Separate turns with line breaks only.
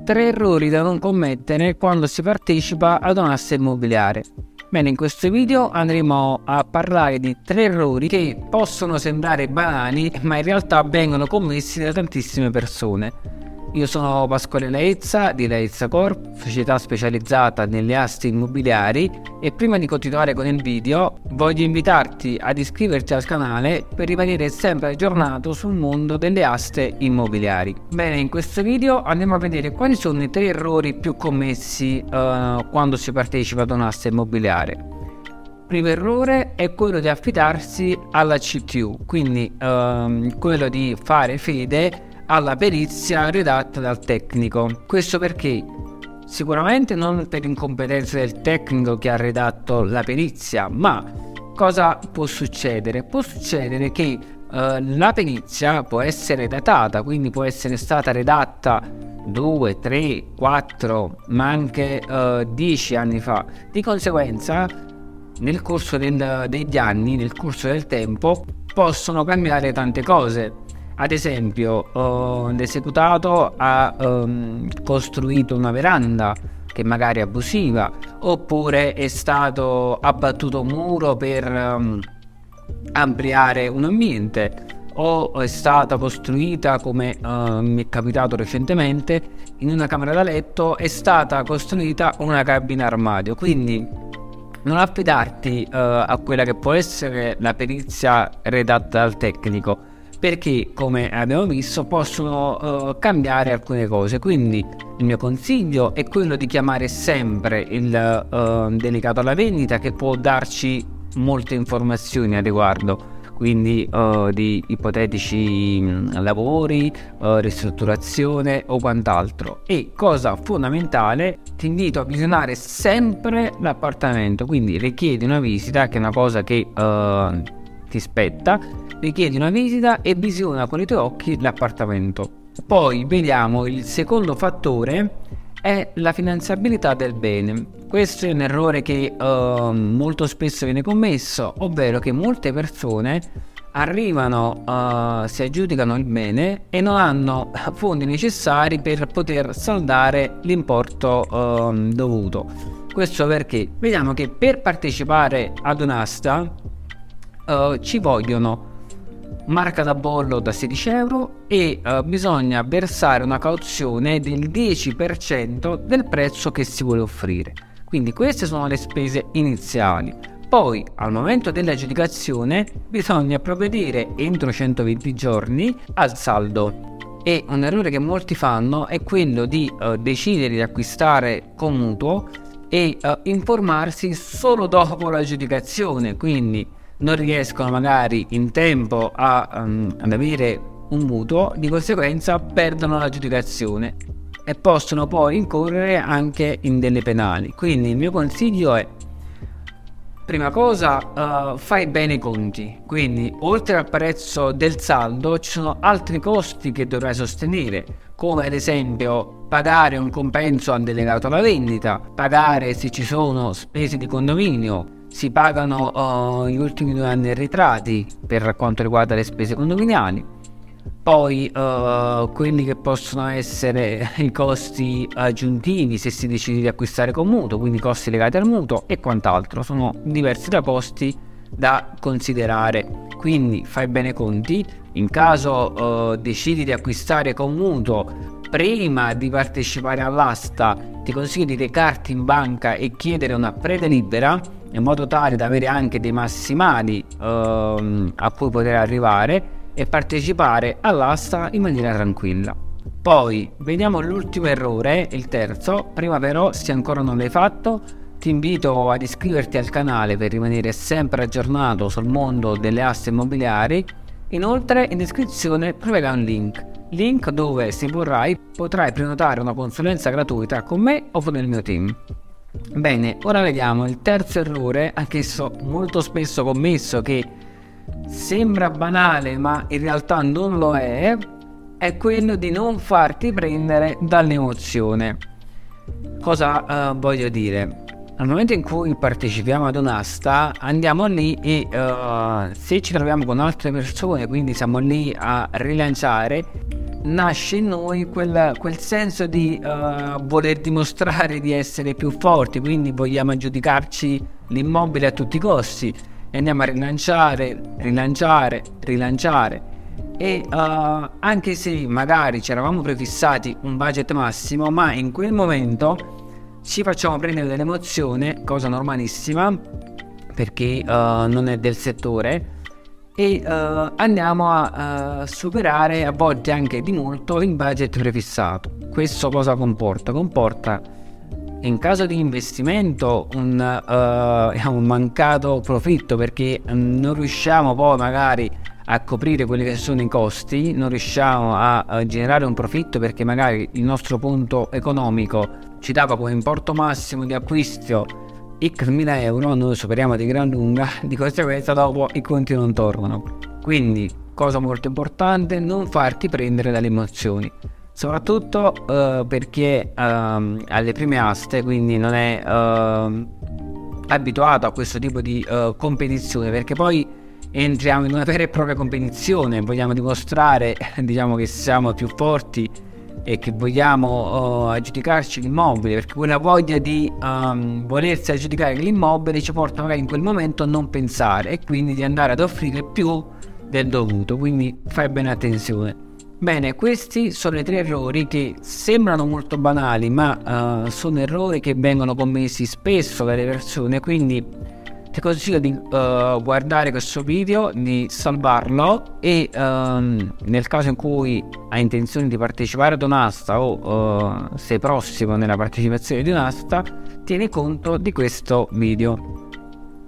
3 errori da non commettere quando si partecipa ad un'asta immobiliare. Bene, in questo video andremo a parlare di 3 errori che possono sembrare banali, ma in realtà vengono commessi da tantissime persone. Io sono Pasquale Laezza di Laezza Corp, società specializzata nelle aste immobiliari, e prima di continuare con il video voglio invitarti ad iscriverti al canale per rimanere sempre aggiornato sul mondo delle aste immobiliari. Bene, in questo video andiamo a vedere quali sono i 3 errori più commessi quando si partecipa ad un'asta immobiliare. Primo errore è quello di affidarsi alla CTU, quindi quello di fare fede alla perizia redatta dal tecnico. Questo perché sicuramente non per incompetenza del tecnico che ha redatto la perizia, ma cosa può succedere? Può succedere che la perizia può essere datata, quindi può essere stata redatta 2, 3, 4, ma anche 10 anni fa. Di conseguenza, nel corso degli anni, nel corso del tempo, possono cambiare tante cose. Ad esempio, l'esecutato ha costruito una veranda che magari è abusiva, oppure è stato abbattuto un muro per ampliare un ambiente, o è stata costruita, come mi è capitato recentemente, in una camera da letto è stata costruita una cabina armadio. Quindi non affidarti a quella che può essere la perizia redatta dal tecnico, perché come abbiamo visto possono cambiare alcune cose. Quindi il mio consiglio è quello di chiamare sempre il delegato alla vendita, che può darci molte informazioni a riguardo, quindi di ipotetici lavori, ristrutturazione o quant'altro. E cosa fondamentale, ti invito a visionare sempre l'appartamento, quindi richiedi una visita, che è una cosa che ti spetta. Richiedi una visita e visiona con i tuoi occhi l'appartamento. Poi vediamo il secondo fattore, è la finanziabilità del bene. Questo è un errore che molto spesso viene commesso, ovvero che molte persone arrivano, si aggiudicano il bene e non hanno fondi necessari per poter saldare l'importo dovuto. Questo perché vediamo che per partecipare ad un'asta ci vogliono marca da bollo da 16 euro e bisogna versare una cauzione del 10% del prezzo che si vuole offrire. Quindi queste sono le spese iniziali. Poi al momento dell'aggiudicazione bisogna provvedere entro 120 giorni al saldo. E un errore che molti fanno è quello di decidere di acquistare con mutuo e informarsi solo dopo l'aggiudicazione, quindi non riescono magari in tempo ad avere un mutuo, di conseguenza perdono l'aggiudicazione e possono poi incorrere anche in delle penali. Quindi il mio consiglio è: prima cosa, fai bene i conti, quindi oltre al prezzo del saldo ci sono altri costi che dovrai sostenere, come ad esempio pagare un compenso al delegato alla vendita, pagare se ci sono spese di condominio. Si pagano gli ultimi 2 anni arretrati per quanto riguarda le spese condominiali. Poi quelli che possono essere i costi aggiuntivi se si decide di acquistare con mutuo, quindi costi legati al mutuo e quant'altro. Sono diversi costi da considerare, quindi fai bene i conti. In caso decidi di acquistare con mutuo, prima di partecipare all'asta ti consiglio di recarti in banca e chiedere una predelibera, in modo tale da avere anche dei massimali a cui poter arrivare e partecipare all'asta in maniera tranquilla. Poi vediamo l'ultimo errore, il terzo. Prima però, se ancora non l'hai fatto, ti invito ad iscriverti al canale per rimanere sempre aggiornato sul mondo delle aste immobiliari. Inoltre in descrizione troverai un link dove, se vorrai, potrai prenotare una consulenza gratuita con me o con il mio team. Bene, ora vediamo il terzo errore, anch'esso molto spesso commesso, che sembra banale ma in realtà non lo è quello di non farti prendere dall'emozione. Cosa voglio dire? Al momento in cui partecipiamo ad un'asta, andiamo lì e se ci troviamo con altre persone, quindi siamo lì a rilanciare, nasce in noi quel senso di voler dimostrare di essere più forti, quindi vogliamo aggiudicarci l'immobile a tutti i costi e andiamo a rilanciare. E anche se magari ci eravamo prefissati un budget massimo, ma in quel momento ci facciamo prendere dell'emozione, cosa normalissima perché non è del settore, e andiamo a superare a volte anche di molto il budget prefissato. Questo cosa comporta? Comporta in caso di investimento un mancato profitto, perché non riusciamo poi magari a coprire quelli che sono i costi, non riusciamo a generare un profitto perché magari il nostro punto economico ci dava come importo massimo di acquisto x mila euro, noi superiamo di gran lunga, di conseguenza dopo i conti non tornano. Quindi cosa molto importante, non farti prendere dalle emozioni, soprattutto perché alle prime aste, quindi non è abituato a questo tipo di competizione, perché poi entriamo in una vera e propria competizione, vogliamo dimostrare diciamo che siamo più forti e che vogliamo aggiudicarci l'immobile, perché quella voglia di volersi aggiudicare l'immobile ci porta magari in quel momento a non pensare e quindi di andare ad offrire più del dovuto, quindi fai bene attenzione. Bene, questi sono i 3 errori che sembrano molto banali, ma sono errori che vengono commessi spesso dalle persone, quindi ti consiglio di guardare questo video, di salvarlo e nel caso in cui hai intenzione di partecipare ad un'asta o sei prossimo nella partecipazione di un'asta, tieni conto di questo video.